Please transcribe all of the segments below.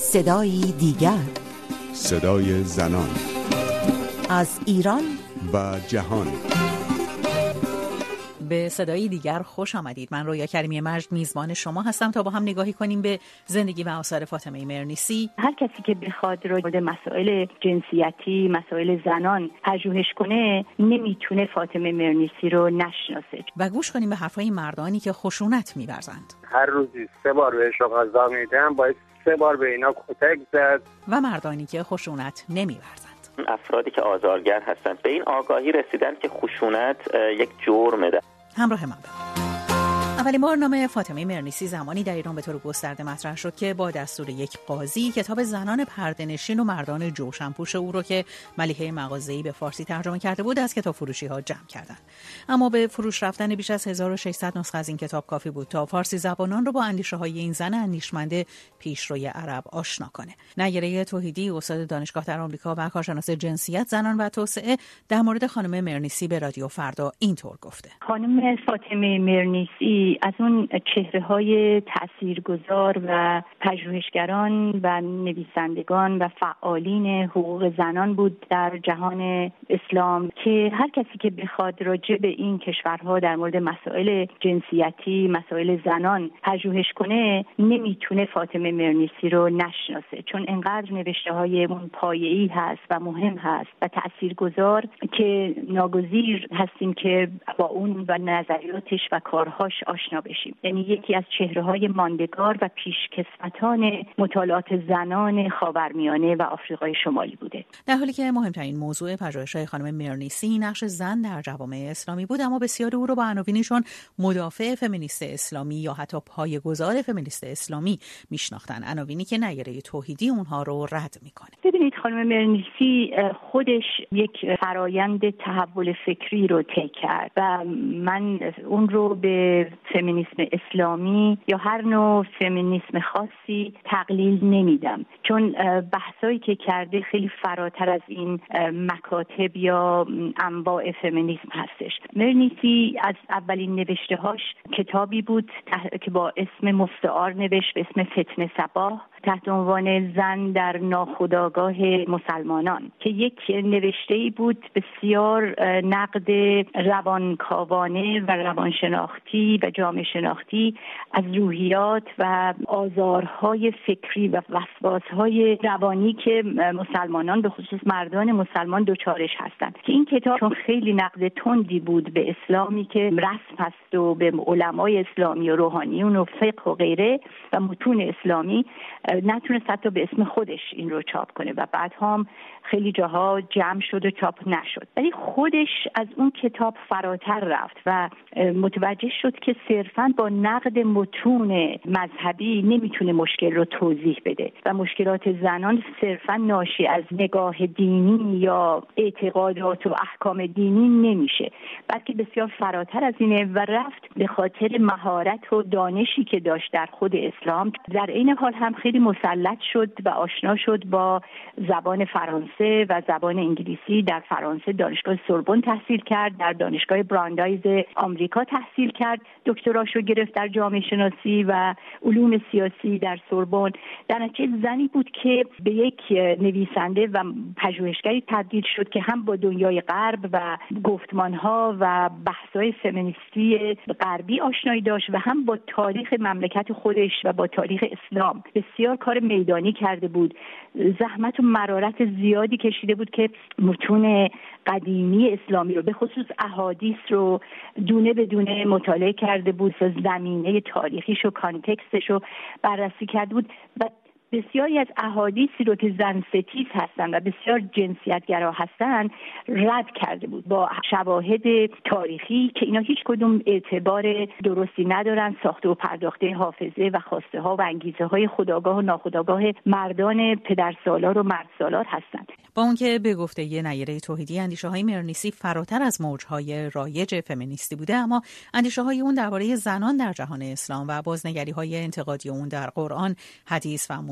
صدایی دیگر، صدای زنان از ایران و جهان. به صدایی دیگر خوش آمدید. من رویا کریمی مجد میزبان شما هستم تا با هم نگاهی کنیم به زندگی و آثار فاطمه مرنیسی. هر کسی که بخواد راجع به مسائل جنسیتی، مسائل زنان پژوهش کنه نمیتونه فاطمه مرنیسی رو نشناسه. و گوش کنیم به حرفای مردانی که خشونت می‌ورزند. هر روزی 3 بار بهشون غذا میدم، باید 3 بار به اینا کتک زد. و مردانی که خشونت نمی‌ورزند. افرادی که آزارگر هستند به این آگاهی رسیدن که خشونت یک جرمه. همراه من باشید. اولین بار نام فاطمه مرنیسی زمانی در ایران به طور گسترده مطرح شد که با دستور یک قاضی کتاب زنان پرده‌نشین و مردان جوشن‌پوش او رو که ملیحه مغازه‌ای به فارسی ترجمه کرده بود از کتاب فروشی‌ها جمع کردند. اما به فروش رفتن بیش از 1600 نسخه از این کتاب کافی بود تا فارسی زبانان رو با اندیشه‌های این زن اندیشمند پیشروی عرب آشنا کنه. نیره توحیدی، استاد دانشگاه در آمریکا و کارشناس جنسیت، زنان و توسعه، در مورد خانم مرنیسی به رادیو فردا اینطور گفته: خانم فاطمه مرنیسی از اون چهره‌های تاثیرگذار و پژوهشگران و نویسندگان و فعالین حقوق زنان بود در جهان اسلام که هر کسی که بخواد راجع به این کشورها در مورد مسائل جنسیتی، مسائل زنان پژوهش کنه نمیتونه فاطمه مرنیسی رو نشناسه، چون انقدر نوشته‌های اون پایه‌ای هست و مهم هست و تاثیرگذار که ناگزیر هستیم که با اون و نظریاتش و کارهاش آشنا بشیم. یعنی یکی از چهره‌های ماندگار و پیشکسوتان مطالعات زنان خاورمیانه و آفریقای شمالی بوده. در حالی که مهمترین موضوع پژوهش‌های خانم مرنیسی نقش زن در جوامع اسلامی بود، اما بسیاری او رو با عناوینشون مدافع فمینیست اسلامی یا حتی پایه‌گذار فمینیست اسلامی میشناختن، عناوینی که نیره توحیدی اونها رو رد میکنه. ببینید، خانم مرنیسی خودش یک فرایند تحول فکری رو طی کرد و من اون رو به فمینیسم اسلامی یا هر نوع فمینیسم خاصی تقلیل نمیدم، چون بحثایی که کرده خیلی فراتر از این مکاتب یا انواع فمینیسم هستش. مرنیسی از اولین نوشته‌هاش کتابی بود که با اسم مستعار نوشت به اسم فتنه صباح تحت عنوان زن در ناخودآگاه مسلمانان، که یک نوشته‌ای بود بسیار نقد روانکاوانه و روانشناختی و جامعه شناختی از روحیات و آزارهای فکری و وسواسهای روانی که مسلمانان به خصوص مردان مسلمان دچارش هستند. که این کتاب چون خیلی نقد تندی بود به اسلامی که رسم هست و به علمای اسلامی و روحانیون و فقه و غیره و متون اسلامی، نتونست حتی به اسم خودش این رو چاپ کنه و بعد هم خیلی جاها جمع شد و چاپ نشد. ولی خودش از اون کتاب فراتر رفت و متوجه شد که صرفاً با نقد متون مذهبی نمیتونه مشکل رو توضیح بده و مشکلات زنان صرفاً ناشی از نگاه دینی یا اعتقادات و احکام دینی نمیشه، بلکه بسیار فراتر از اینه و رفت به خاطر مهارت و دانشی که داشت در خود اسلام. در این حال هم خیلی مسلط شد و آشنا شد با زبان فرانسه و زبان انگلیسی. در فرانسه دانشگاه سوربن تحصیل کرد، در دانشگاه براندایز آمریکا تحصیل کرد، دکتراشو گرفت در جامعه شناسی و علوم سیاسی در سوربن. در نتیجه زنی بود که به یک نویسنده و پژوهشگری تبدیل شد که هم با دنیای غرب و گفتمانها و بحث‌های فمینیستی غربی آشنایی داشت و هم با تاریخ مملکت خودش و با تاریخ اسلام بسیار کار میدانی کرده بود. زحمت و مرارت زیادی کشیده بود که متون قدیمی اسلامی رو به خصوص احادیث رو دونه به دونه مطالعه کرده بود و زمینه تاریخیش و کانتکستش رو بررسی کرده بود و بسیاری از احادیثی رو که زن ستیز هستن و بسیار جنسیتگرا هستن رد کرده بود با شواهد تاریخی که اینا هیچ کدوم اعتبار درستی ندارن، ساخته و پرداخته حافظه و خواسته ها و انگیزه های خودآگاه و ناخودآگاه مردان پدرسالار و مردسالار هستند. با اون که به گفته یه نیره توحیدی اندیشه‌های مرنیسی فراتر از موج‌های رایج فمینیستی بوده، اما اندیشه‌های اون درباره زنان در جهان اسلام و بازنگری‌های انتقادی اون در قرآن، حدیث و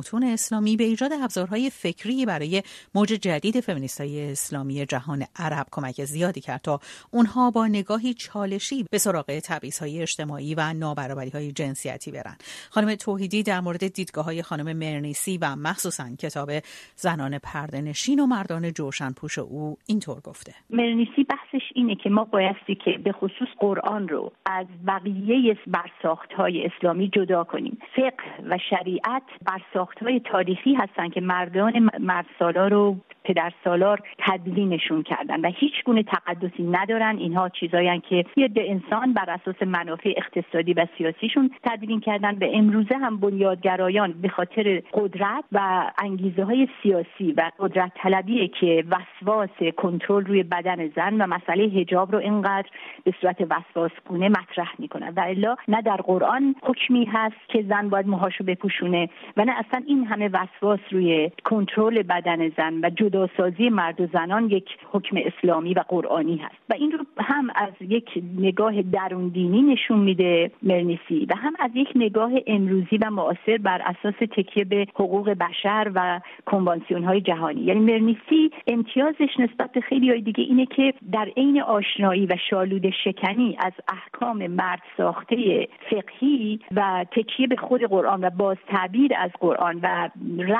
متون اسلامی به ایجاد ابزارهای فکری برای موج جدید فمینیست‌های اسلامی جهان عرب کمک زیادی کرد تا اونها با نگاهی چالشی به سراغ تبعیض‌های اجتماعی و نابرابری‌های جنسیتی برن. خانم توحیدی در مورد دیدگاه‌های خانم مرنیسی و مخصوصاً کتاب زنان پرده‌نشین و مردان جوشنپوش او اینطور گفته. مرنیسی بحثش اینه که ما بایستی که به خصوص قرآن رو از بقیه برساخت‌های اسلامی جدا کنیم. فقه و شریعت برساخت‌های تاریخی هستن که مردان مردسالار و پدرسالار تدوینشون کردن و هیچ گونه تقدسی ندارن. اینها چیزایی هستن که یه انسان بر اساس منافع اقتصادی و سیاسیشون تدوین کردن. به امروزه هم بنیادگرایان به خاطر قدرت و انگیزه‌های سیاسی و قدرت طلبی که وسواس کنترل روی بدن زن و مسئله حجاب رو اینقدر به صورت وسواسگونه مطرح میکنن و الا نه در قرآن حکمی هست که زن باید موهاشو بپوشونه و نه اصلا این همه وسواس روی کنترل بدن زن و جداسازی مرد و زنان یک حکم اسلامی و قرآنی هست و این رو هم از یک نگاه درون دینی نشون میده مرنیسی و هم از یک نگاه امروزی و معاصر بر اساس تکیه به حقوق بشر و کنوانسیون‌های جهانی. یعنی مرنیسی امتیازش نسبت به خیلی‌های دیگه اینه که در عین آشنایی و شالوده شکنی از احکام مرد ساخته فقهی و تکیه به خود قرآن و باز تعبیر از قرآن و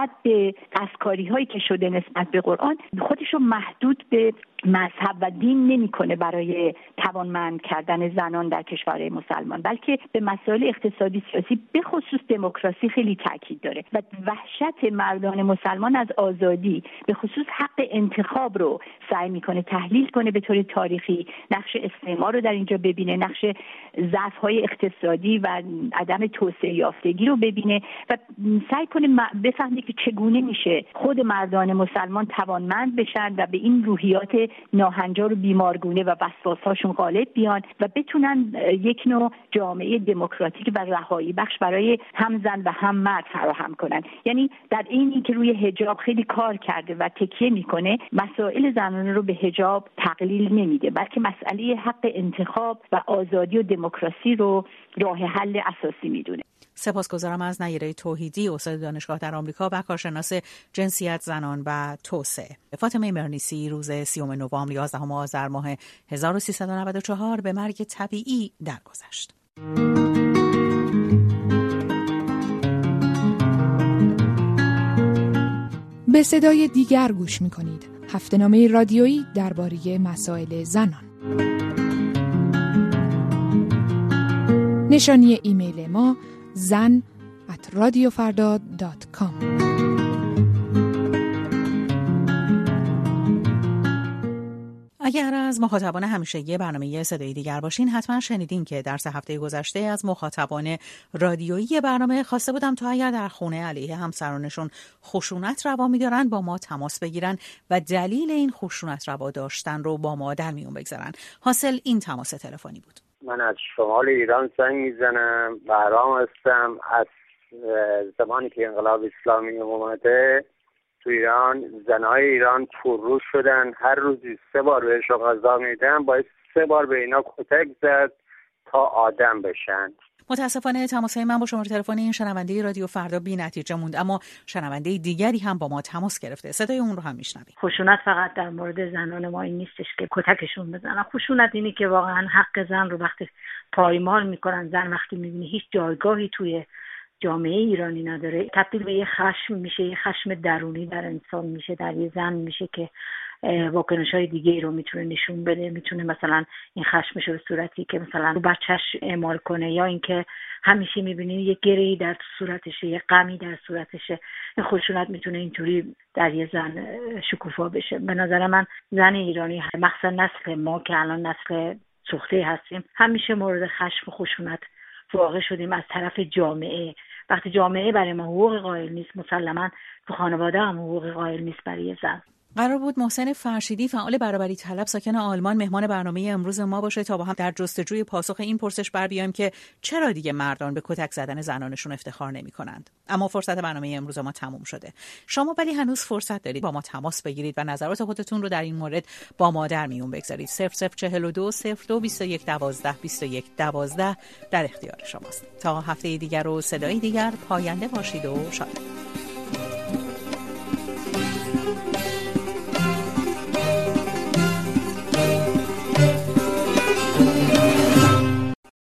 رد دستکاری‌هایی که شده نسبت به قرآن خودش رو محدود به مذهب و دین نمی‌کنه برای توانمند کردن زنان در کشورهای مسلمان، بلکه به مسائل اقتصادی سیاسی به خصوص دموکراسی خیلی تاکید داره و وحشت مردان مسلمان از آزادی به خصوص حق انتخاب رو سعی می‌کنه تحلیل کنه به طور تاریخی، نقش استعمار رو در اینجا ببینه، نقش ضعف‌های اقتصادی و عدم توسعه یافتگی رو ببینه و سعی کنه بفهمه که چگونه میشه خود مردان مسلمان توانمند بشن و به این روحیات ناهنجار و بیمارگونه و وسواس‌هاشون غالب بیان و بتونن یک نوع جامعه دموکراتیک و رهایی بخش برای هم زن و هم مرد فراهم کنن. یعنی در اینی که روی حجاب خیلی کار کرده و تکیه میکنه، مسائل زنانه رو به حجاب تقلیل نمیده، بلکه مسئله حق انتخاب و آزادی و دموکراسی رو راه حل اساسی میدونه. سپاسگزارم از نیره توحیدی، استاد دانشگاه در آمریکا و کارشناس جنسیت زنان و توسعه. فاطمه مرنیسی روز 30 نوامبر 11 آذر ماه 1394 به مرگ طبیعی درگذشت. به صدای دیگر گوش می‌کنید. هفته‌نامه رادیویی درباره مسائل زنان. نشانی ایمیل ما zan@radiofarda.com. اگر از مخاطبان همیشگی برنامه صدای دیگر باشین، حتما شنیدین که در 3 هفته گذشته از مخاطبان رادیویی برنامه خواسته بودم تا اگر در خونه علیه همسرانشون خشونت روا می‌دارن با ما تماس بگیرن و دلیل این خشونت روا داشتن رو با ما در میون بگذارن. حاصل این تماس تلفنی بود. من از شمال ایران زنگ میزنم، بهرام هستم. از زمانی که انقلاب اسلامی اومده تو ایران، زنهای ایران پررو شدن. هر روزی 3 بار بهشون غذا میدن، باید 3 بار به اینا کتک زد تا آدم بشن. متاسفانه تماس‌های من با شماره تلفن این شنونده رادیو فردا بی‌نتیجه موند، اما شنونده دیگری هم با ما تماس گرفته. صدای اون رو هم میشنویم. خشونت فقط در مورد زنان ما این نیستش که کتکشون بزنن. خشونت اینی که واقعا حق زن رو وقتی پایمال میکنن، زن وقتی میبینی هیچ جایگاهی توی جامعه ایرانی نداره، تبدیل به یه خشم میشه، یه خشم درونی در انسان میشه، در یه زن میشه که واکنش‌های دیگه رو میتونه نشون بده. میتونه مثلا این خشمش به صورتی که مثلا رو بچه‌ش اعمال کنه، یا اینکه همیشه می‌بینی یه گره‌ای در صورتشه، یه غمی در صورتشه. این خشونت میتونه اینطوری در یه زن شکوفا بشه. به نظر من زن ایرانی، مخصوصا نسل ما که الان نسل سوخته هستیم، همیشه مورد خشم و خشونت واقع شدیم از طرف جامعه. وقتی جامعه برای ما حقوق قائل نیست، مسلماً تو خانواده هم حقوق قائل نیست برای زن. قرار بود محسن فرشیدی، فعال برابری طلب ساکن آلمان، مهمان برنامه امروز ما باشه تا با هم در جستجوی پاسخ این پرسش بر بیایم که چرا دیگه مردان به کتک زدن زنانشون افتخار نمی‌کنند. اما فرصت برنامه امروز ما تموم شده. شما ولی هنوز فرصت دارید با ما تماس بگیرید و نظرات خودتون رو در این مورد با ما در میون بگذارید. 0042 02 21 12 21 12 در اختیار شماست. تا هفته دیگر و صدای دیگر، پاینده باشید و شاد.